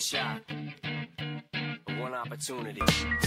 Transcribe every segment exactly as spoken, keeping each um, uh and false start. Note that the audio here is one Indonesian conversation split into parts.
shot, one opportunity.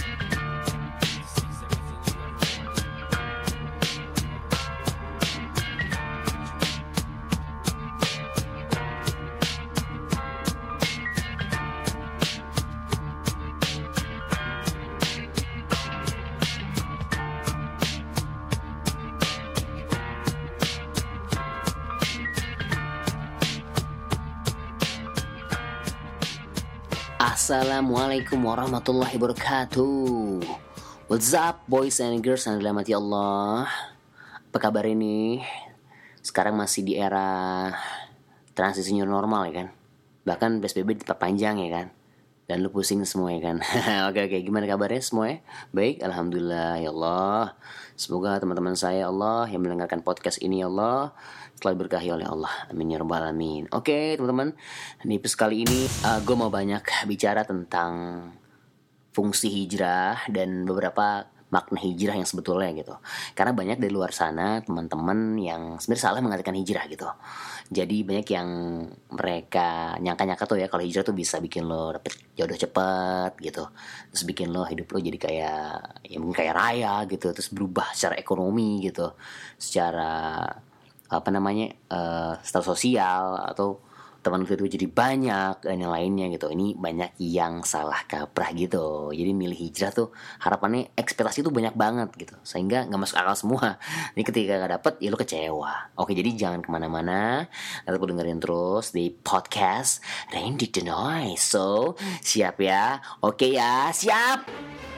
Assalamualaikum warahmatullahi wabarakatuh. What's up boys and girls yang dirahmati Allah. Apa kabar ini? Sekarang masih di era transisi new normal ya kan. Bahkan P S B B diperpanjang ya kan. Dan lu pusing semua ya kan. Oke oke, gimana kabarnya semua ya? Baik, alhamdulillah ya Allah. Semoga teman-teman saya Allah yang mendengarkan podcast ini ya Allah selalu berkahi oleh Allah. Amin ya rabbal alamin. Oke teman-teman, di episode kali ini uh, gue mau banyak bicara tentang fungsi hijrah dan beberapa makna hijrah yang sebetulnya gitu. Karena banyak dari luar sana teman-teman yang sebenarnya salah mengartikan hijrah gitu. Jadi banyak yang mereka nyangka-nyangka tuh ya kalau hijrah tuh bisa bikin lo dapet jodoh cepet gitu. Terus bikin lo hidup lo jadi kayak ya mungkin kayak raya gitu. Terus berubah secara ekonomi gitu. Secara apa namanya uh, status sosial atau teman lu itu jadi banyak dan yang lainnya gitu. Ini banyak yang salah kaprah gitu. Jadi milih hijrah tuh harapannya ekspektasi tuh banyak banget gitu sehingga nggak masuk akal semua. Jadi ketika nggak dapet ya lu kecewa. Oke, jadi jangan kemana-mana, tetap dengerin terus di podcast Randy the Noise. So siap ya? Oke ya, siap.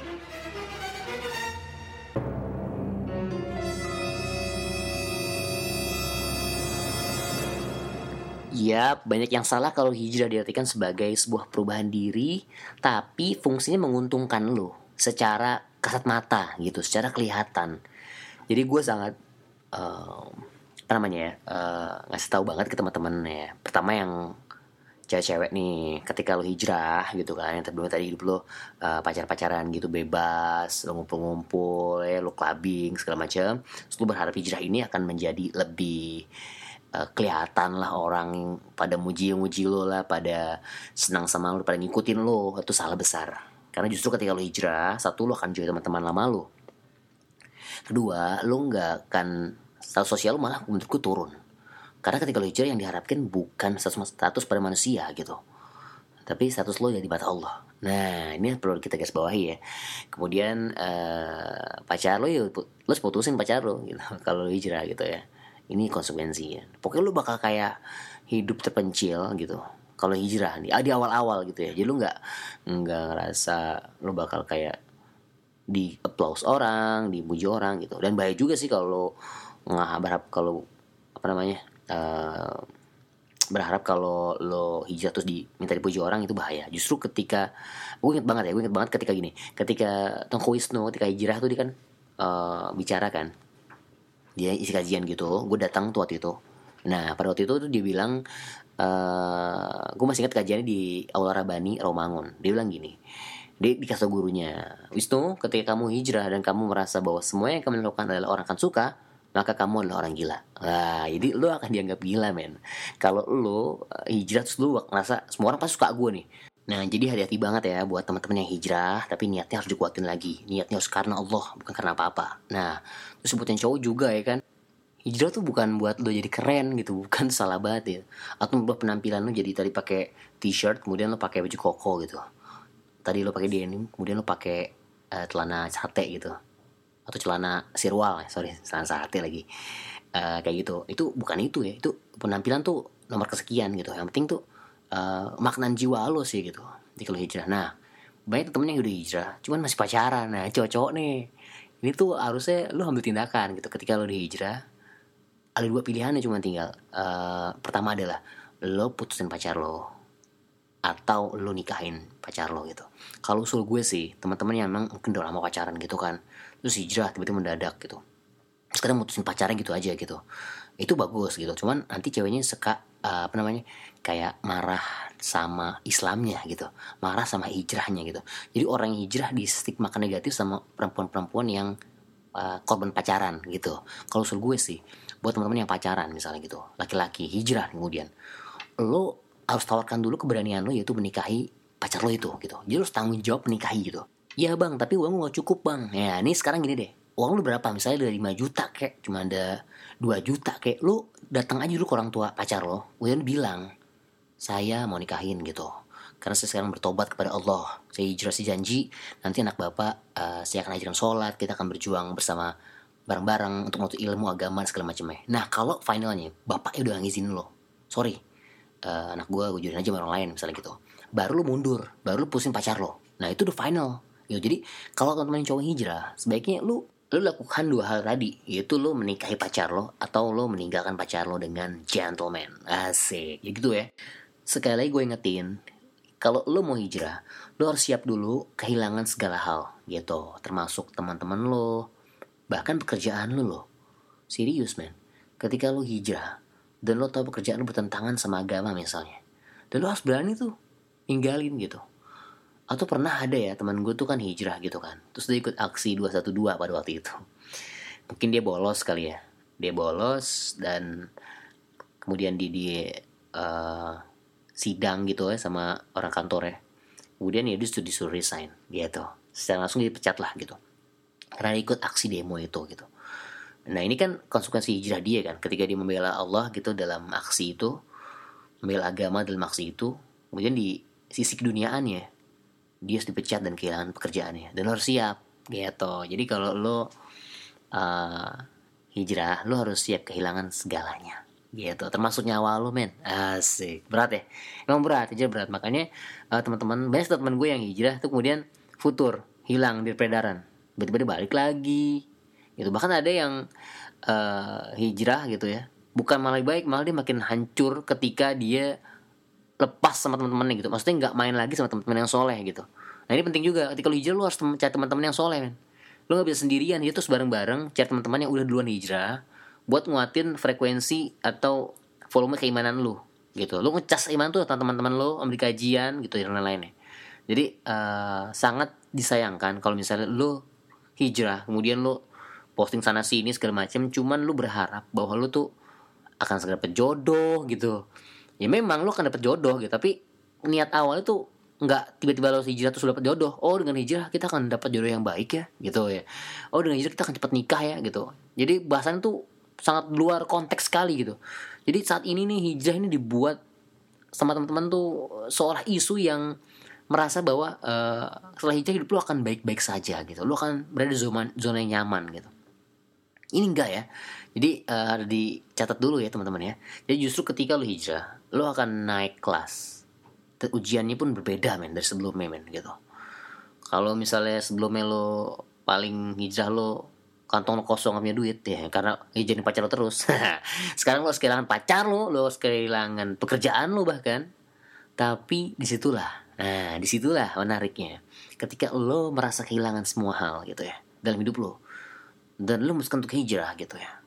Ya, banyak yang salah kalau hijrah diartikan sebagai sebuah perubahan diri, tapi fungsinya menguntungkan lo secara kasat mata gitu, secara kelihatan. Jadi gue sangat uh, apa namanya ya, uh, ngasih tahu banget ke teman-teman ya. Pertama yang cewek-cewek nih, ketika lo hijrah gitu kan, yang sebelumnya tadi hidup lo uh, pacar-pacaran gitu bebas, lo ngumpul-ngumpul, ya, lo clubbing segala macam, terus lo berharap hijrah ini akan menjadi lebih Uh, kelihatan lah orang pada muji-muji lo lah, pada senang sama lo, pada ngikutin lo. Itu salah besar. Karena justru ketika lo hijrah, satu lo akan jadi teman-teman lama lo. Kedua, lo nggak akan status sosial lo malah menurutku turun. Karena ketika lo hijrah yang diharapkan bukan status, status pada manusia gitu, tapi status lo jadi mata Allah. Nah ini perlu kita garis bawahi ya. Kemudian uh, pacar lo ya lo putusin pacar lo gitu kalau lo hijrah gitu ya. Ini konsekuensinya. Pokoknya lu bakal kayak hidup terpencil gitu kalau hijrah nih. Ah, di awal-awal gitu ya. Jadi lu nggak nggak ngerasa lu bakal kayak di applause orang, dipuji orang gitu. Dan bahaya juga sih kalau nggak berharap kalau apa namanya uh, berharap kalau lo hijrah terus diminta dipuji orang, itu bahaya. Justru ketika gue inget banget ya, gue inget banget ketika gini, ketika Tengku Wisnu ketika hijrah tuh dia kan uh, bicara kan. Dia isi kajian gitu, gue datang tuh waktu itu. Nah pada waktu itu tuh dia bilang, uh, gue masih ingat kajiannya di Aula Rabani Romangun. Dia bilang gini, dia dikasih gurunya, Wisnu, ketika kamu hijrah dan kamu merasa bahwa semua yang kamu lakukan adalah orang akan suka, maka kamu adalah orang gila. Nah jadi lo akan dianggap gila men kalau lo uh, hijrah terus lo ngerasa semua orang pasti suka gue nih. Nah jadi hati-hati banget ya buat teman-teman yang hijrah, tapi niatnya harus dikuatin lagi. Niatnya harus karena Allah, bukan karena apa-apa. Nah terus buat yang cowok juga ya kan, hijrah tuh bukan buat lo jadi keren gitu, bukan, salah banget ya. Atau buat penampilan lo jadi tadi pakai t-shirt, kemudian lo pakai baju koko gitu. Tadi lo pakai denim, kemudian lo pakai uh, celana sate gitu, atau celana sirwal, sorry, celana sate lagi. Uh, kayak gitu. Itu bukan itu ya. Itu penampilan tuh nomor kesekian gitu. Yang penting tuh Uh, maknan jiwa lo sih gitu di kalau hijrah. Nah banyak temen yang udah hijrah cuman masih pacaran. Nah cowok-cowok nih, ini tuh harusnya lo ambil tindakan gitu. Ketika lo udah hijrah ada dua pilihannya cuma tinggal. uh, Pertama adalah lo putusin pacar lo atau lo nikahin pacar lo gitu. Kalau usul gue sih, teman-teman yang emang mungkin udah lama pacaran gitu kan, terus hijrah tiba-tiba mendadak gitu, terus kadang mutusin pacarnya gitu aja gitu, itu bagus gitu. Cuman nanti ceweknya suka uh, apa namanya kayak marah sama Islamnya gitu, marah sama hijrahnya gitu. Jadi orang yang hijrah di stigmakan negatif sama perempuan-perempuan yang uh, korban pacaran gitu. Kalau usul gue sih, buat teman-teman yang pacaran misalnya gitu, laki-laki hijrah, kemudian lo harus tawarkan dulu keberanian lo, yaitu menikahi pacar lo itu gitu. Jadi lo harus tanggung jawab menikahi gitu. Ya bang, tapi uang lo gak cukup bang. Ya ini sekarang gini deh, uang lo berapa? Misalnya dari lima juta kek, cuma ada dua juta kek, lo datang aja dulu ke orang tua pacar lo, kemudian bilang, saya mau nikahin gitu, karena saya sekarang bertobat kepada Allah. Saya hijrah, saya janji nanti anak bapak uh, saya akan ajarkan sholat, kita akan berjuang bersama bareng-bareng untuk menuntut ilmu agama segala macamnya. Nah kalau finalnya bapaknya udah ngizinin lo, sorry uh, anak gue gue jodohin aja sama orang lain misalnya gitu, baru lo mundur, baru lo putusin pacar lo. Nah itu udah final gitu. Jadi kalau teman-teman cowok hijrah, sebaiknya lo lo lakukan dua hal tadi, yaitu lo menikahi pacar lo atau lo meninggalkan pacar lo dengan gentleman. Asik ya gitu ya. Sekali lagi gue ingetin, kalau lo mau hijrah, lo harus siap dulu kehilangan segala hal gitu, termasuk teman-teman lo, bahkan pekerjaan lo lo. Serius men, ketika lo hijrah dan lo tahu pekerjaan lo bertentangan sama agama misalnya, dan lo harus berani tuh ninggalin gitu. Atau pernah ada ya teman gue tuh kan hijrah gitu kan, terus dia ikut aksi dua satu dua pada waktu itu. Mungkin dia bolos kali ya, dia bolos dan kemudian di di uh, sidang gitu ya sama orang kantor ya. Kemudian ya dia disuruh resign gitu, secara langsung dipecat lah gitu, karena ikut aksi demo itu gitu. Nah ini kan konsekuensi hijrah dia kan, ketika dia membela Allah gitu dalam aksi itu, membela agama dalam aksi itu, kemudian di sisi keduniaannya dia harus dipecat dan kehilangan pekerjaannya, dan lo harus siap gitu. Jadi kalau lo uh, hijrah, lo harus siap kehilangan segalanya gitu, termasuk nyawa lo men. Asik, berat ya, emang berat, hijrah berat. Makanya uh, teman-teman, banyak teman gue yang hijrah tuh kemudian futur, hilang di peredaran, tiba-tiba dia balik lagi gitu. Bahkan ada yang uh, hijrah gitu ya, bukan malah baik, malah dia makin hancur ketika dia lepas sama teman-temannya gitu. Maksudnya nggak main lagi sama teman-teman yang soleh gitu. Nah ini penting juga, ketika lo hijrah lo harus cari teman-teman yang soleh men. Lo nggak bisa sendirian, itu terus bareng-bareng cari teman-teman yang udah duluan hijrah buat nguatin frekuensi atau volume keimanan lo gitu. Lo ngecas iman tuh teman-teman lo, ambil kajian gitu dan lain-lainnya. Jadi uh, sangat disayangkan kalau misalnya lo hijrah kemudian lo posting sana sini segala macam, cuman lo berharap bahwa lo tuh akan segera dapet jodoh gitu. Ya memang lo akan dapet jodoh gitu, tapi niat awalnya tuh nggak tiba-tiba lo hijrah terus dapet jodoh. Oh dengan hijrah kita akan dapat jodoh yang baik ya gitu ya. Oh dengan hijrah kita akan cepat nikah ya gitu. Jadi bahasan tuh sangat luar konteks sekali gitu. Jadi saat ini nih hijrah ini dibuat sama teman-teman tuh seolah isu yang merasa bahwa uh, setelah hijrah hidup lo akan baik-baik saja gitu. Lo akan berada di zona, zona yang nyaman gitu. Ini enggak ya. Jadi uh, harus dicatat dulu ya teman-teman ya. Jadi justru ketika lo hijrah, lo akan naik kelas. Dan ujiannya pun berbeda men dari sebelumnya men gitu. Kalau misalnya sebelumnya lo paling hijrah lo kantong lo kosong, gak punya duit ya karena hijrahin pacar lo terus. Sekarang lo harus kehilangan pacar lo, lo harus kehilangan pekerjaan lo bahkan. Tapi disitulah, nah disitulah menariknya. Ketika lo merasa kehilangan semua hal gitu ya dalam hidup lo, dan lo memutuskan untuk hijrah gitu ya,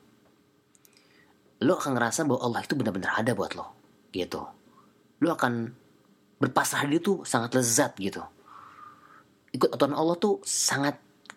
lo akan ngerasa bahwa Allah itu benar-benar ada buat lo gitu. Lo akan berpasrah diri tuh sangat lezat gitu. Ikut aturan Allah tuh sangat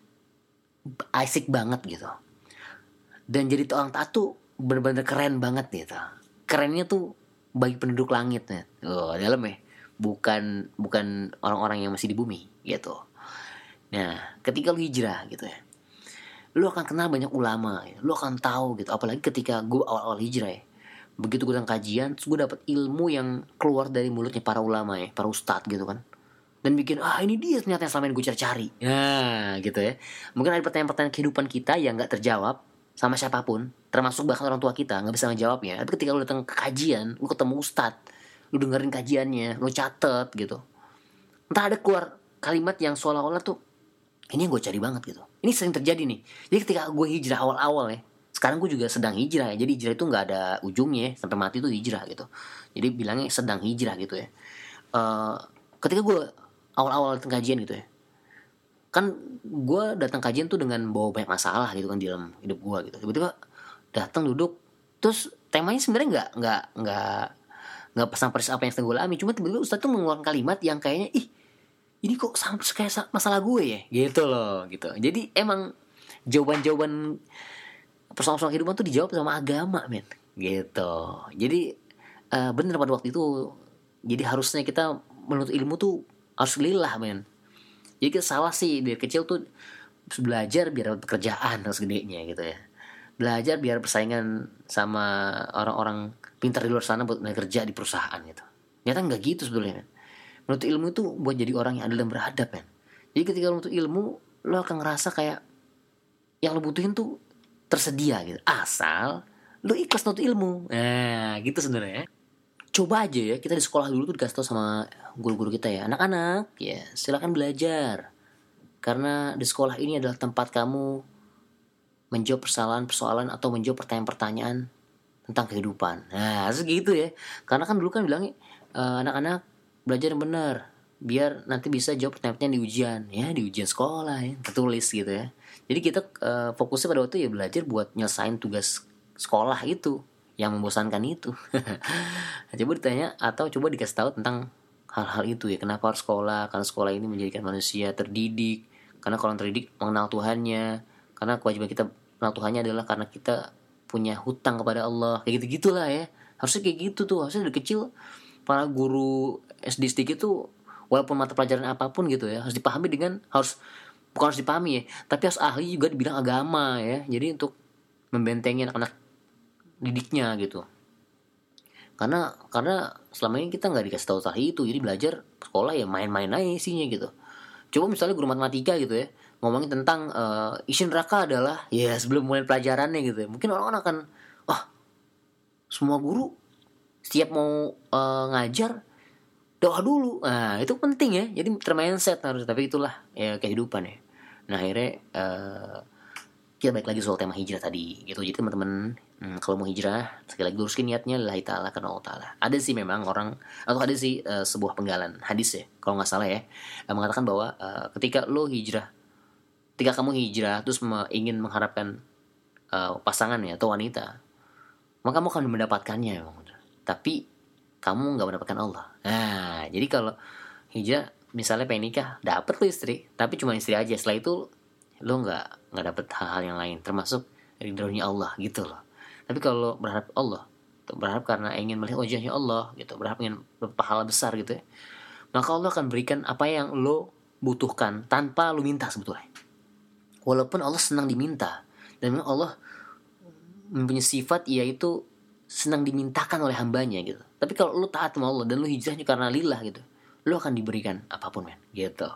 asik banget gitu. Dan jadi orang taat tuh benar-benar keren banget gitu. Kerennya tuh bagi penduduk langit ya. Oh, dalam ya. Bukan bukan orang-orang yang masih di bumi gitu. Nah, ketika lo hijrah gitu ya, lo akan kenal banyak ulama ya. Lo akan tahu gitu. Apalagi ketika gue awal-awal hijrah ya, begitu gue datang kajian, terus gue dapet ilmu yang keluar dari mulutnya para ulama ya, para ustadz gitu kan, dan bikin ah ini dia ternyata yang selama ini gue cari-cari. Nah gitu ya. Mungkin ada pertanyaan-pertanyaan kehidupan kita yang gak terjawab sama siapapun, termasuk bahkan orang tua kita gak bisa ngejawabnya. Tapi ketika lo datang ke kajian, lo ketemu ustadz, lo dengerin kajiannya, lo catet gitu, entah ada keluar kalimat yang seolah-olah tuh ini yang gue cari banget gitu. Ini sering terjadi nih. Jadi ketika gue hijrah awal-awal ya, sekarang gue juga sedang hijrah ya. Jadi hijrah itu gak ada ujungnya ya, sampai mati itu hijrah gitu. Jadi bilangnya sedang hijrah gitu ya. uh, Ketika gue awal-awal datang kajian gitu ya, kan gue datang kajian tuh dengan bawa banyak masalah gitu kan di dalam hidup gue gitu. Tiba-tiba datang duduk, terus temanya sebenarnya nggak nggak nggak nggak pasang persis apa yang sedang gue alami. Cuma tiba-tiba ustadz tuh mengeluarkan kalimat yang kayaknya ih ini kok sama kayak masalah gue ya gitu loh gitu. Jadi emang jawaban-jawaban persoalan-persoalan kehidupan tuh dijawab sama agama men gitu. Jadi uh, bener pada waktu itu, jadi harusnya kita menuntut ilmu tuh harus lillah men. Jadi kita salah sih dari kecil tuh belajar biar dapat pekerjaan harus gedenya gitu ya. Belajar biar persaingan sama orang-orang pintar di luar sana buat kerja di perusahaan gitu. Nyata nggak gitu sebetulnya men. Menuntut ilmu itu buat jadi orang yang adil dan beradab men. Jadi ketika lo menuntut ilmu, lo akan ngerasa kayak yang lo butuhin tuh tersedia gitu. Asal lo ikhlas nuntut ilmu. Nah gitu sebenarnya. Coba aja ya, kita di sekolah dulu tuh dikasih tau sama guru-guru kita ya, anak-anak ya silakan belajar. Karena di sekolah ini adalah tempat kamu menjawab persoalan-persoalan atau menjawab pertanyaan-pertanyaan tentang kehidupan. Nah segitu ya. Karena kan dulu kan bilangnya e, anak-anak belajar yang benar biar nanti bisa jawab pertanyaan-pertanyaan di ujian. Ya di ujian sekolah ya, tertulis gitu ya. Jadi kita uh, fokusnya pada waktu ya belajar buat nyelesain tugas sekolah itu yang membosankan itu. Coba ditanya atau coba dikasih tahu tentang hal-hal itu ya. Kenapa harus sekolah? Karena sekolah ini menjadikan manusia terdidik. Karena kalau terdidik mengenal Tuhannya. Karena kewajiban kita mengenal Tuhannya adalah karena kita punya hutang kepada Allah. Kayak gitu-gitulah ya. Harusnya kayak gitu tuh. Harusnya dari kecil para guru S D sedikit tuh walaupun mata pelajaran apapun gitu ya harus dipahami dengan harus bukan harus dipahami ya, tapi harus ahli juga di bidang agama ya. Jadi untuk membentengi anak-anak didiknya gitu. Karena karena selama ini kita nggak dikasih tahu soal itu, jadi belajar sekolah ya main-main aja isinya gitu. Coba misalnya guru matematika gitu ya ngomongin tentang uh, isi neraka adalah ya sebelum mulai pelajarannya gitu ya. Mungkin orang-orang akan wah semua guru setiap mau uh, ngajar doa dulu. Nah itu penting ya. Jadi termindset harus. Tapi itulah ya kehidupan ya. Nah akhirnya uh, kita balik lagi soal tema hijrah tadi gitu. Jadi teman-teman hmm, kalau mau hijrah sekali lagi luruskan niatnya lillahi ta'ala karena Allah ta'ala. Ada sih memang orang atau ada sih uh, sebuah penggalan hadis ya kalau nggak salah ya uh, mengatakan bahwa uh, ketika lo hijrah, ketika kamu hijrah terus me- ingin mengharapkan uh, pasangan ya atau wanita, maka kamu akan mendapatkannya memang. Tapi kamu nggak mendapatkan Allah. Nah jadi kalau hijrah misalnya pengen nikah, dapet lo istri, tapi cuma istri aja. Setelah itu lo nggak nggak dapet hal-hal yang lain, termasuk ridhonya Allah gitu loh. Tapi kalau berharap Allah, berharap karena ingin melihat wajahnya Allah gitu, berharap ingin pahala besar gitu ya, maka Allah akan berikan apa yang lo butuhkan tanpa lo minta sebetulnya. Walaupun Allah senang diminta, dan memang Allah mempunyai sifat yaitu senang dimintakan oleh hambanya gitu. Tapi kalau lo taat sama Allah dan lo hijrahnya karena lillah gitu, lo akan diberikan apapun men gitu.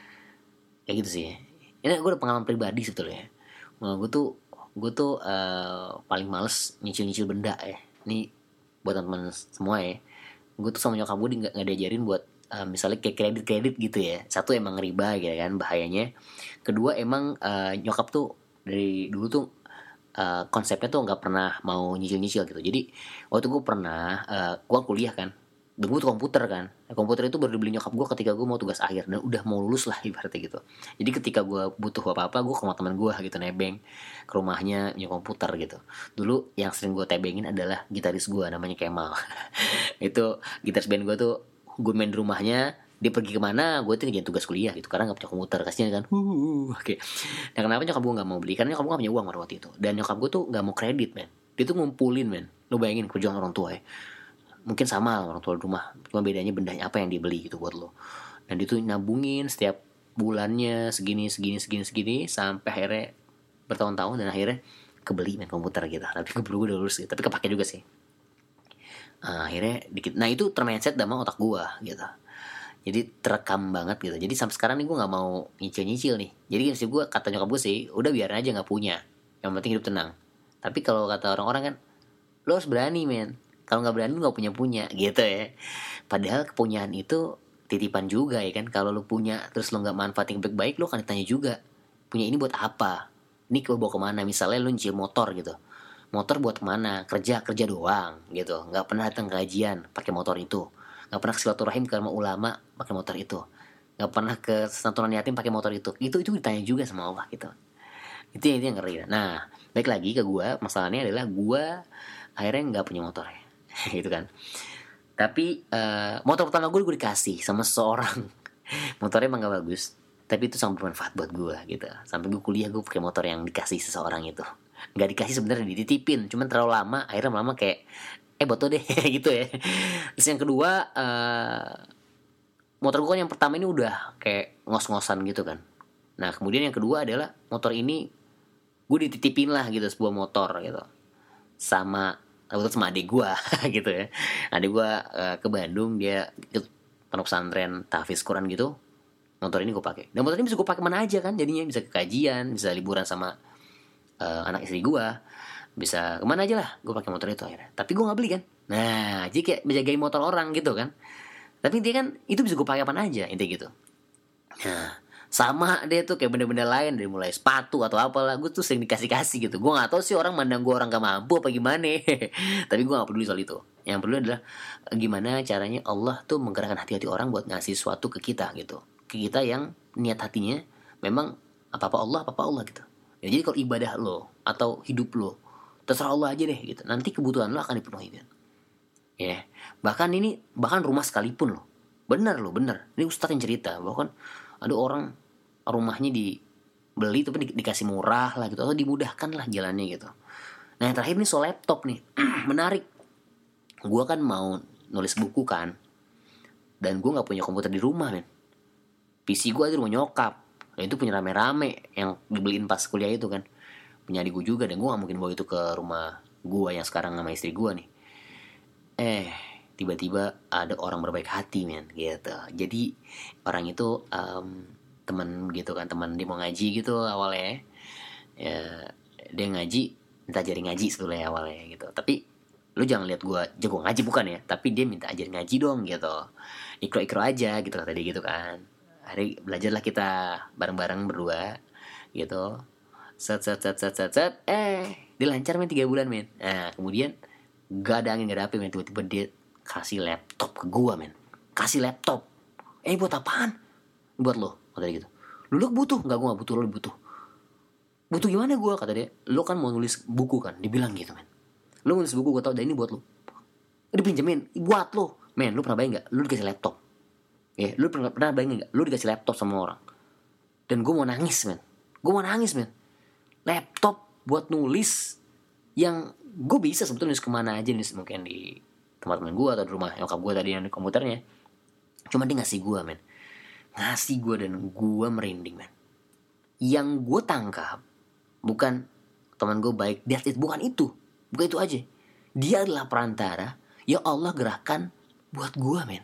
Kayak gitu sih. Ini gue udah pengalaman pribadi sebetulnya. Nah, gue tuh gue tuh uh, paling males nyicil-nyicil benda ya. Ini buat teman-teman semua ya. Gue tuh sama nyokap gue nggak nggak diajarin buat uh, misalnya kayak kredit-kredit gitu ya. Satu emang riba gitu kan bahayanya. Kedua emang uh, nyokap tuh dari dulu tuh uh, konsepnya tuh nggak pernah mau nyicil-nyicil gitu. Jadi waktu gue pernah uh, gue kuliah kan. Dan gue tuh komputer kan. Nah, komputer itu baru dibeli nyokap gue ketika gue mau tugas akhir dan udah mau lulus lah ibaratnya gitu. Jadi ketika gue butuh apa-apa gue ke rumah teman gue gitu nebeng ke rumahnya punya komputer gitu. Dulu yang sering gue tebengin adalah gitaris gue namanya Kemal. Itu gitaris band gue tuh gue main di rumahnya, dia pergi kemana gue tuh ngerjain tugas kuliah gitu karena nggak punya komputer kasihan kan. Uh, oke. Okay. Nah kenapa nyokap gue nggak mau beli? Karena nyokap gue nggak punya uang pada waktu itu. Dan nyokap gue tuh nggak mau kredit men. Dia tuh ngumpulin men. Lo bayangin perjuangan orang tua ya. Mungkin sama orang tua di rumah, cuma bedanya bendanya apa yang dibeli gitu buat lo. Dan dia tuh nabungin setiap bulannya segini segini segini segini sampai akhirnya bertahun-tahun dan akhirnya kebeli main komputer gitu. Tapi keburu gue udah lulus gitu, tapi kepake juga sih. Nah, akhirnya dikit. Nah itu termindset sama otak gue gitu. Jadi terekam banget gitu. Jadi sampai sekarang nih gue nggak mau nyicil-nyicil nih. Jadi sih gue kata nyokap gue sih, udah biarin aja nggak punya. Yang penting hidup tenang. Tapi kalau kata orang-orang kan, lo harus berani men. Kalau nggak berani nggak punya punya gitu ya. Padahal kepunyaan itu titipan juga ya kan. Kalau lu punya terus lu nggak manfaatin baik-baik, lu akan ditanya juga punya ini buat apa? Ini lu bawa kemana? Misalnya lu nyicil motor gitu. Motor buat kemana? Kerja kerja doang gitu. Nggak pernah datang kajian pakai motor itu. Nggak pernah ke silaturahim ke ulama pakai motor itu. Nggak pernah ke santunan yatim pakai motor itu. Itu itu ditanya juga sama Allah gitu. Itu yang itu yang ngeri. Nah baik lagi ke gue, masalahnya adalah gue akhirnya nggak punya motor ya. Gitu kan. Tapi uh, motor pertama gue gue dikasih sama seseorang. Motornya emang gak bagus, tapi itu sangat bermanfaat buat gue gitu. Sampai gue kuliah gue pakai motor yang dikasih seseorang itu. Gak dikasih sebenarnya, dititipin. Cuman terlalu lama, akhirnya lama kayak eh boto deh gitu ya. Terus yang kedua uh, motor gue kan yang pertama ini udah kayak ngos-ngosan gitu kan. Nah kemudian yang kedua adalah motor ini gue dititipin lah gitu, sebuah motor gitu, sama atau sama adik gue gitu ya. Adik gue uh, ke Bandung, dia ikut pondok pesantren tahfiz Quran gitu. Motor ini gue pakai, dan motor ini bisa gue pakai mana aja kan, jadinya bisa ke kajian, bisa liburan sama uh, anak istri gue, bisa kemana aja lah gue pakai motor itu akhirnya. Tapi gue nggak beli kan. Nah jadi kayak menjagai motor orang gitu kan. Tapi dia kan itu bisa gue pakai apa aja intinya gitu. Nah sama dia tuh kayak benda-benda lain, dari mulai sepatu atau apalah, gue tuh sering dikasih-kasih gitu. Gue nggak tahu sih orang mandang gue orang gak mampu apa gimana. Tapi gue nggak peduli soal itu. Yang peduli adalah gimana caranya Allah tuh menggerakkan hati-hati orang buat ngasih sesuatu ke kita gitu, ke kita yang niat hatinya memang apa-apa Allah, apa-apa Allah gitu ya. Jadi kalau ibadah lo atau hidup lo terserah Allah aja deh gitu, nanti kebutuhan lo akan dipenuhi gitu. Ya, bahkan ini bahkan rumah sekalipun lo, bener lo bener. Ini Ustadz yang cerita bahkan ada orang rumahnya dibeli tapi di, dikasih murah lah gitu, atau dimudahkan lah jalannya gitu. Nah yang terakhir nih soal laptop nih menarik. Gue kan mau nulis buku kan, dan gue nggak punya komputer di rumah men. P C gue di rumah nyokap, dan itu punya rame-rame yang dibeliin pas kuliah itu kan, punya adik gue juga, dan gue nggak mungkin bawa itu ke rumah gue yang sekarang sama istri gue nih. Eh tiba-tiba ada orang berbaik hati men gitu. Jadi orang itu um, teman gitu kan, teman dia mau ngaji gitu awalnya ya, dia ngaji minta ajarin ngaji sebetulnya awalnya gitu. Tapi lu jangan lihat gue jago ngaji, bukan ya, tapi dia minta ajarin ngaji dong gitu, ikro-ikro aja gitu kata dia gitu kan. Hari belajarlah kita bareng-bareng berdua gitu, set set set set set set eh dilancar men tiga bulan men. Nah kemudian gak ada angin gak ada api men, tiba-tiba dia kasih laptop ke gua men. Kasih laptop, eh buat apaan? Buat lo, kata dia gitu. Lu, lu butuh? Enggak, gua gak butuh, lu butuh. Butuh gimana gua, kata dia. Lu kan mau nulis buku kan, dibilang gitu men. Lu nulis buku, gua tau, dan ini buat lo. Dipinjemin, buat lo. Men, lu pernah bayang gak, lu dikasih laptop? Ya, lu pernah, pernah bayang gak, lu dikasih laptop sama orang? Dan gua mau nangis men. Gua mau nangis men. Laptop buat nulis yang gue bisa sebetulnya nulis kemana aja, nulis mungkin di tempat teman gue atau di rumah nyokap gue tadi yang di komputernya. Cuma dia ngasih gue men, ngasih gue, dan gue merinding men. Yang gue tangkap bukan teman gue baik, that's it, bukan itu, bukan itu aja. Dia adalah perantara yang Allah gerakkan buat gue men.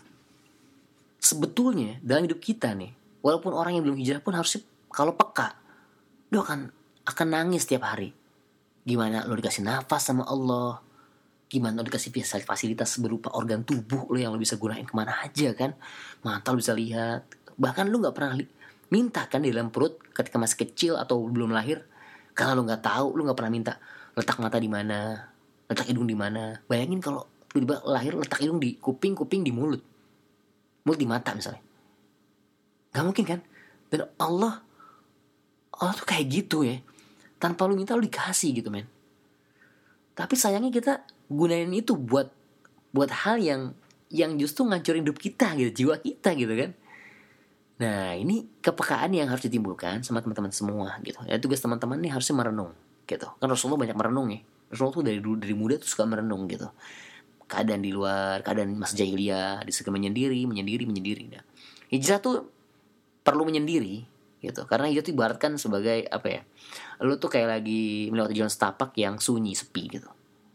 Sebetulnya dalam hidup kita nih, walaupun orang yang belum hijrah pun harusnya kalau peka, dia akan akan nangis tiap hari. Gimana lo dikasih nafas sama Allah, gimana lo dikasih fasilitas berupa organ tubuh lo yang lo bisa gunain kemana aja kan, mata lo bisa lihat, bahkan lo nggak pernah li- minta kan di dalam perut ketika masih kecil atau belum lahir, karena lo nggak tahu, lo nggak pernah minta letak mata di mana, letak hidung di mana. Bayangin kalau tiba-tiba lahir letak hidung di kuping, kuping di mulut, mulut di mata misalnya, nggak mungkin kan. Dan Allah Allah tuh kayak gitu ya, tanpa lu minta lu dikasih gitu men. Tapi sayangnya kita gunain itu buat buat hal yang yang justru ngancurin hidup kita gitu, jiwa kita gitu kan. Nah ini kepekaan yang harus ditimbulkan sama teman-teman semua gitu. Ya tugas teman-teman nih harusnya merenung gitu. Kan Rasulullah banyak merenung ya. Rasulullah tuh dari dulu, dari muda tuh suka merenung gitu. Keadaan di luar, keadaan masa jahiliyah, dia suka menyendiri, menyendiri, menyendiri. Nah, hijrah tuh perlu menyendiri gitu, karena itu ibaratkan sebagai apa ya, lu tuh kayak lagi melewati jalan setapak yang sunyi, sepi gitu,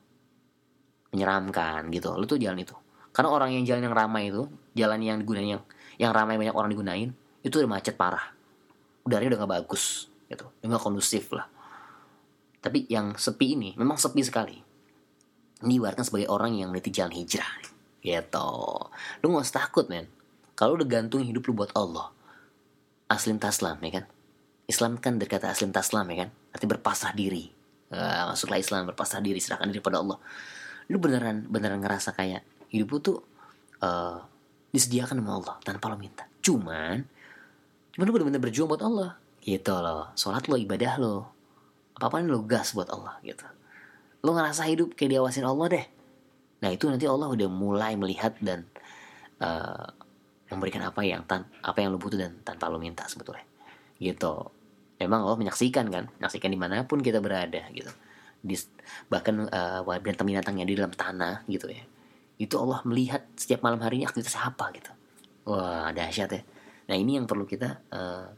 menyeramkan gitu. Lu tuh jalan itu, karena orang yang jalan yang ramai itu, jalan yang digunain yang yang ramai banyak orang digunain, itu udah macet parah, udaranya udah nggak bagus gitu, udah nggak kondusif lah. Tapi yang sepi ini memang sepi sekali. Ini ibaratkan sebagai orang yang meniti jalan hijrah gitu. Lu nggak usah takut men, kalau udah gantung hidup lu buat Allah. Aslim taslam ya kan. Islam kan dari kata aslim taslam ya kan, arti berpasrah diri. Uh, masuklah Islam, berpasrah diri, serahkan diri pada Allah. Lu beneran beneran ngerasa kayak hidup lu tuh uh, disediakan sama Allah tanpa lo minta. Cuman cuman lu bener-bener berjuang buat Allah gitu loh. Sholat lo, ibadah lo, apa-apaan lo gas buat Allah gitu. Lo ngerasa hidup kayak diawasin Allah deh. Nah itu nanti Allah udah mulai melihat dan uh, memberikan apa yang tan apa yang lo butuh dan tanpa lo minta sebetulnya gitu. Memang Allah menyaksikan kan, menyaksikan dimanapun kita berada gitu. Di, bahkan uh, binatang-binatang yang di dalam tanah gitu ya, itu Allah melihat setiap malam harinya aktivitas apa gitu. Wah, dahsyat ya. Nah, ini yang perlu kita uh,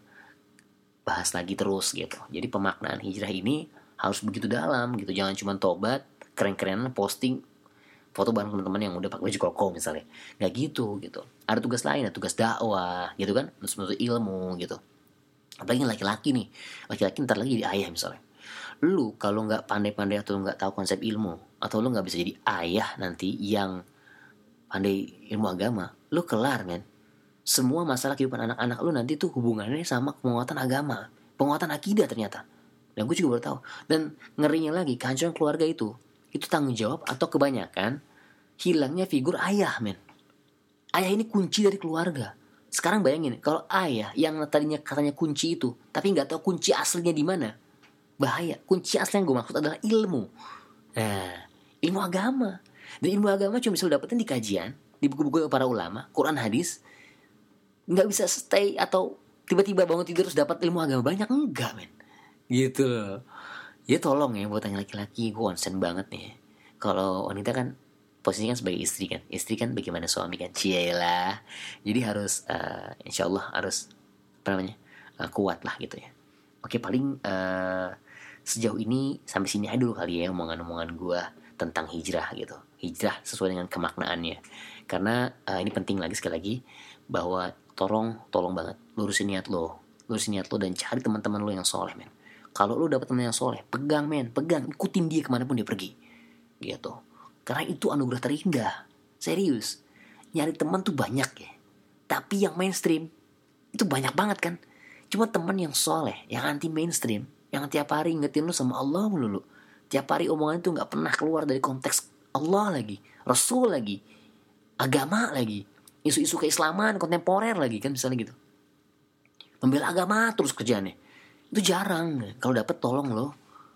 bahas lagi terus gitu. Jadi pemaknaan hijrah ini harus begitu dalam gitu. Jangan cuma tobat, keren-kerenan posting foto bareng teman-teman yang udah pakai baju koko misalnya. Nggak gitu gitu. Ada tugas lain, ada tugas dakwah gitu kan, menuntut ilmu gitu. Apalagi laki-laki nih, laki-laki ntar lagi jadi ayah misalnya. Lu kalau nggak pandai-pandai atau nggak tahu konsep ilmu, atau lu nggak bisa jadi ayah nanti yang pandai ilmu agama, lu kelar men. Semua masalah kehidupan anak-anak lu nanti tuh hubungannya sama penguatan agama, penguatan akidah ternyata. Dan gue juga baru tahu. Dan ngerinya lagi, kehancuran keluarga itu, itu tanggung jawab atau kebanyakan hilangnya figur ayah men. Ayah ini kunci dari keluarga. Sekarang bayangin, kalau ayah yang tadinya katanya kunci itu, tapi nggak tahu kunci aslinya di mana, bahaya. Kunci asli yang gue maksud adalah ilmu. Nah, ilmu agama. Dan ilmu agama cuma bisa lo dapetin di kajian, di buku-buku para ulama, Quran hadis. Nggak bisa stay atau tiba-tiba bangun tidur terus dapat ilmu agama banyak, enggak men. Gitu loh. Ya tolong ya buat yang laki-laki, gue konsen banget nih. Kalau wanita kan posisinya kan sebagai istri kan, istri kan bagaimana suami kan, cielah. Jadi harus uh, insya Allah harus apa namanya uh, kuat lah gitu ya. Oke, paling uh, sejauh ini sampai sini aja dulu kali ya omongan-omongan gue tentang hijrah gitu. Hijrah sesuai dengan kemaknaannya. Karena uh, ini penting lagi sekali lagi bahwa tolong tolong banget lurusin niat lo, lurusin niat lo dan cari teman-teman lo yang soleh men. Kalau lo dapet teman yang soleh, pegang men, pegang, ikutin dia kemanapun dia pergi, gitu. Karena itu anugerah terindah, serius. Nyari teman tuh banyak ya, tapi yang mainstream itu banyak banget kan. Cuma teman yang soleh, yang anti mainstream, yang tiap hari ingetin lo sama Allah melulu, tiap hari omongan itu nggak pernah keluar dari konteks Allah lagi, Rasul lagi, agama lagi, isu-isu keislaman kontemporer lagi kan misalnya gitu. Membela agama terus kerjaannya. Itu jarang. Kalau dapet tolong lo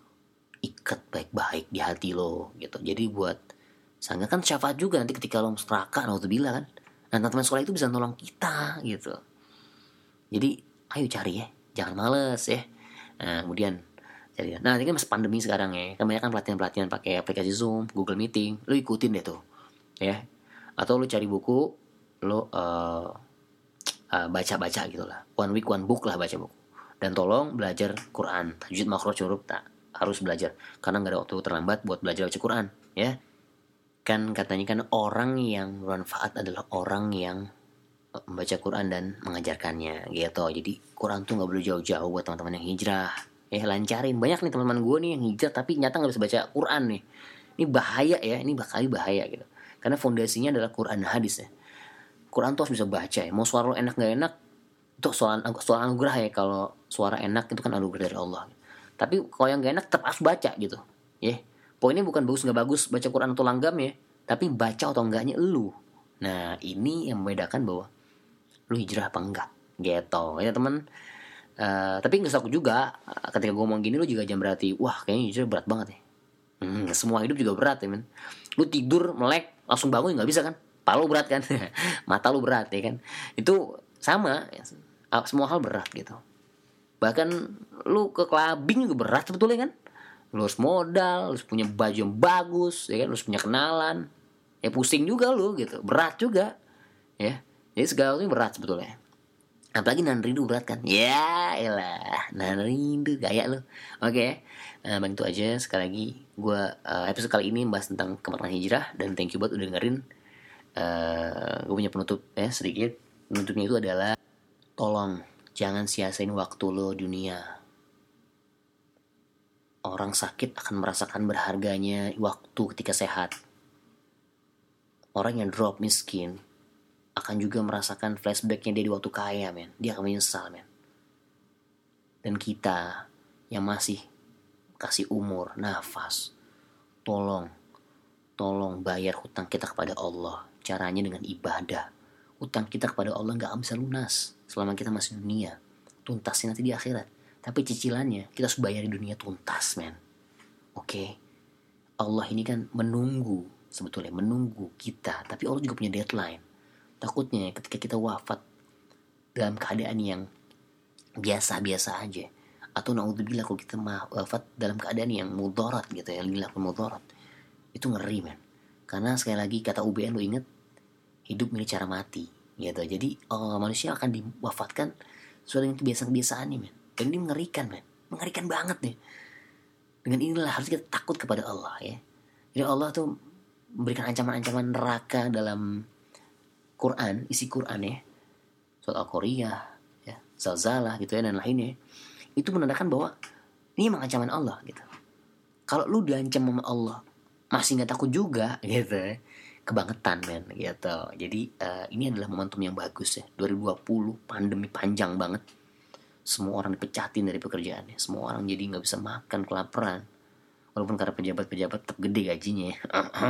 ikat baik-baik di hati lo gitu. Jadi buat sangga kan syafaat juga nanti ketika lo neraka, naudzubillah kan. Nah, teman-teman sekolah itu bisa nolong kita gitu. Jadi ayo cari ya, jangan males ya. Nah, kemudian cari. Nah, ini kan masa pandemi sekarang ya. Kebanyakan pelatihan-pelatihan pakai aplikasi Zoom, Google Meeting. Lo ikutin deh tuh. Ya. Atau lo cari buku, lo uh, uh, baca-baca gitu lah. One week one book lah baca buku. Dan tolong belajar Quran, tajwid, makhraj, huruf, tak harus belajar karena nggak ada waktu terlambat buat belajar baca Quran ya. Kan katanya kan orang yang bermanfaat adalah orang yang membaca Quran dan mengajarkannya gitu. Jadi Quran tuh nggak boleh jauh-jauh buat teman-teman yang hijrah ya. Lancarin, banyak nih teman-teman gue nih yang hijrah tapi nyata nggak bisa baca Quran nih. Ini bahaya ya, ini bakal bahaya gitu karena fondasinya adalah Quran dan hadis ya. Quran tuh harus bisa baca ya. Mau suara lo enak nggak enak itu soal soal anugerah ya. Kalau suara enak itu kan anugerah dari Allah. Tapi kalau yang gak enak tetap harus baca gitu ya. Poinnya bukan bagus gak bagus baca Quran atau langgam ya, tapi baca atau enggaknya elu. Nah ini yang membedakan bahwa lu hijrah apa enggak gitu ya teman. Uh, tapi gak takut juga ketika gue ngomong gini lu juga jangan berarti wah kayaknya hijrah berat banget ya. hmm, Semua hidup juga berat ya men. Lu tidur melek langsung bangun gak bisa kan. Palu berat kan. Mata lu berat ya kan. Itu sama ya. Semua hal berat gitu. Bahkan lu ke clubbing juga berat sebetulnya kan. Lu harus modal, lu harus punya baju yang bagus ya kan, lu harus punya kenalan. Ya pusing juga lu gitu, berat juga ya. Jadi segala itu berat sebetulnya. Apalagi nahan rindu berat kan. Ya elah, nahan rindu gaya lu. Oke. Nah, bang itu aja sekali lagi gue uh, episode kali ini membahas tentang kemaknaan hijrah. Dan thank you buat udah dengerin. uh, Gue punya penutup ya sedikit. Penutupnya itu adalah tolong jangan sia-siain waktu lo dunia. Orang sakit akan merasakan berharganya waktu ketika sehat. Orang yang drop miskin akan juga merasakan flashbacknya dia di waktu kaya men. Dia akan menyesal men. Dan kita yang masih kasih umur, nafas, tolong Tolong bayar hutang kita kepada Allah. Caranya dengan ibadah. Hutang kita kepada Allah gak bisa lunas selama kita masih dunia. Tuntasin nanti di akhirat. Tapi cicilannya kita harus bayar di dunia tuntas men. Oke okay? Allah ini kan menunggu, sebetulnya menunggu kita. Tapi Allah juga punya deadline. Takutnya ketika kita wafat dalam keadaan yang biasa-biasa aja, atau naudzubillah kalau kita wafat dalam keadaan yang mudarat gitu ya, lillah mudarat, itu ngeri men. Karena sekali lagi kata U B N lo inget, hidup mirip cara mati. gitu. Jadi uh, manusia akan diwafatkan sesuai dengan kebiasaan-kebiasaan nih, men. Dan ini mengerikan, men. Mengerikan banget nih. Dengan inilah harus kita takut kepada Allah, ya. Jadi Allah tuh memberikan ancaman-ancaman neraka dalam Quran, isi Quran, ya. Surat Al-Qur'iyah, ya, Zalzalah gitu ya, dan lainnya. Itu menandakan bahwa ini emang ancaman Allah gitu. Kalau lu diancam sama Allah masih nggak takut juga gitu, ya, kebangetan, men, gitu. Jadi uh, ini adalah momentum yang bagus, ya. dua ribu dua puluh pandemi panjang banget. Semua orang dipecatin dari pekerjaannya. Semua orang jadi gak bisa makan, kelaparan. Walaupun karena pejabat-pejabat tetap gede gajinya, ya.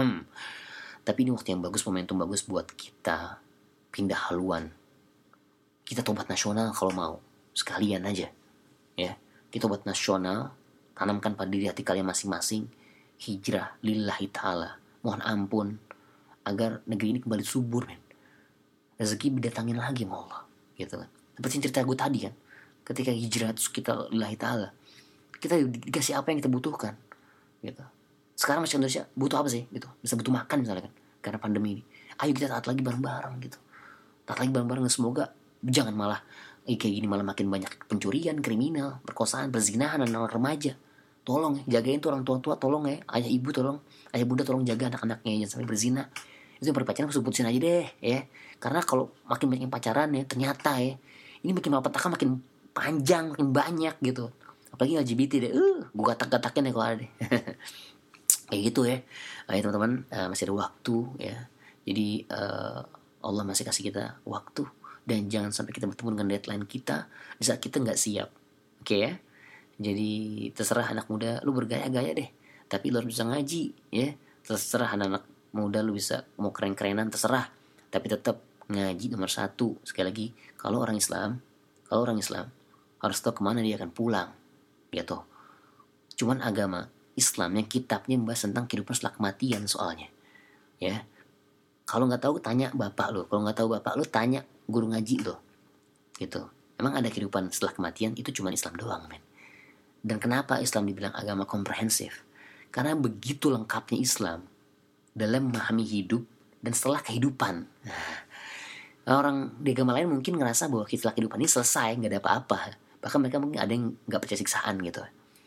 Tapi ini waktu yang bagus, momentum bagus buat kita pindah haluan. Kita tobat nasional kalau mau. Sekalian aja, ya. Kita tobat nasional. Tanamkan pada diri hati kalian masing-masing. Hijrah lillahi ta'ala. Mohon ampun. Agar negeri ini kembali subur, men. Rezeki didatangin lagi sama Allah, gitu kan. Seperti cerita gue tadi kan. Ketika hijrah terus kita lillahi ta'ala, kita dikasih apa yang kita butuhkan gitu. Sekarang masyarakat Indonesia butuh apa sih gitu? Bisa butuh makan misalnya kan, karena pandemi ini. Ayo kita taat lagi bareng-bareng gitu. Taat lagi bareng-bareng, semoga jangan malah eh, kayak gini malah makin banyak pencurian, kriminal, perkosaan, perzinahan anak remaja. Tolong ya, jagain tuh orang tua-tua, tolong ya, ayah ibu tolong, ayah bunda tolong jaga anak-anaknya jangan sampai berzina. Itu yang berpacaran harus putusin aja deh, ya. Karena kalau makin banyak yang pacaran ya, ternyata ya, ini makin malapetaka makin panjang, makin banyak gitu. Apalagi L G B T deh, uh, gue gatak-gatakin ya kalau ada deh. Kayak gitu ya. Ayo teman-teman, uh, masih ada waktu ya. Jadi uh, Allah masih kasih kita waktu. Dan jangan sampai kita bertemu dengan deadline kita di saat kita gak siap. Oke, okay, ya. Jadi terserah anak muda, lu bergaya-gaya deh. Tapi lu harus bisa ngaji ya. Terserah anak-anak muda, lu bisa mau keren-kerenan, terserah. Tapi tetap ngaji nomor satu. Sekali lagi, kalau orang Islam, kalau orang Islam harus tahu kemana dia akan pulang, gitu. Cuman agama Islam yang kitabnya membahas tentang kehidupan setelah kematian soalnya, ya. Kalau nggak tahu tanya bapak lo, kalau nggak tahu bapak lo tanya guru ngaji lo, gitu. Emang ada kehidupan setelah kematian? Itu cuma Islam doang, men. Dan kenapa Islam dibilang agama komprehensif? Karena begitu lengkapnya Islam dalam memahami hidup dan setelah kehidupan. Nah, orang di agama lain mungkin ngerasa bahwa setelah kehidupan ini selesai, nggak ada apa-apa. Bahkan mereka mungkin ada yang nggak percaya siksaan gitu.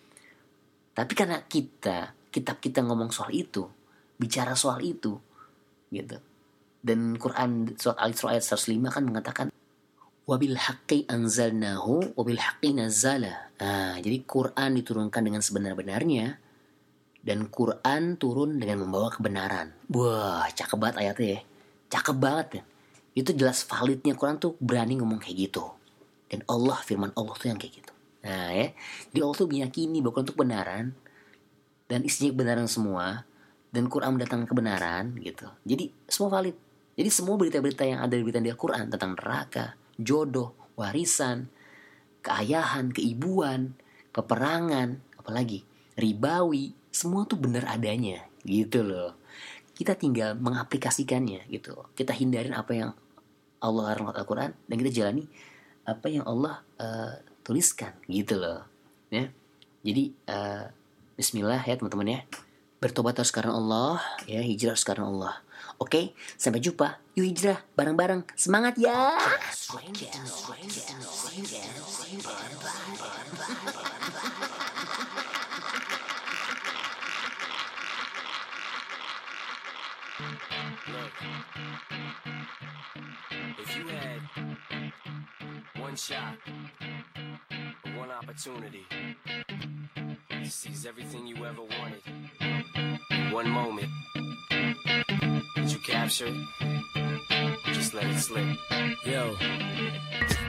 Tapi karena kita, kitab kita ngomong soal itu, bicara soal itu, gitu. Dan Quran surat Al-Isra ayat seratus lima kan mengatakan, wabil haqqi anzalnahu wabil haqqi nazala. Nah, jadi Quran diturunkan dengan sebenar-benarnya dan Quran turun dengan membawa kebenaran. Wah, cakep banget ayatnya ya. Cakep banget ya. Itu jelas validnya Quran tuh berani ngomong kayak gitu. Dan Allah, firman Allah tuh yang kayak gitu. Nah ya, jadi Allah tuh meyakini bahwa Quran itu kebenaran dan isinya kebenaran semua, dan Quran mendatangkan kebenaran gitu. Jadi semua valid. Jadi semua berita-berita yang ada di berita di Al-Quran tentang neraka, jodoh, warisan, keayahan, keibuan, peperangan, apalagi ribawi, semua tuh benar adanya gitu loh. Kita tinggal mengaplikasikannya gitu. Kita hindarin apa yang Allah larang dalam Al-Quran dan kita jalani apa yang Allah uh, tuliskan gitu loh, ya. Jadi uh, Bismillah ya teman-teman ya. Bertobat harus karena Allah, ya, hijrah harus karena Allah. Oke, sampai jumpa. Yuk hijrah bareng-bareng. Semangat ya. Look, if you had one shot, one opportunity to seize everything you ever wanted, one moment, did you capture it? Or just let it slip? Yo.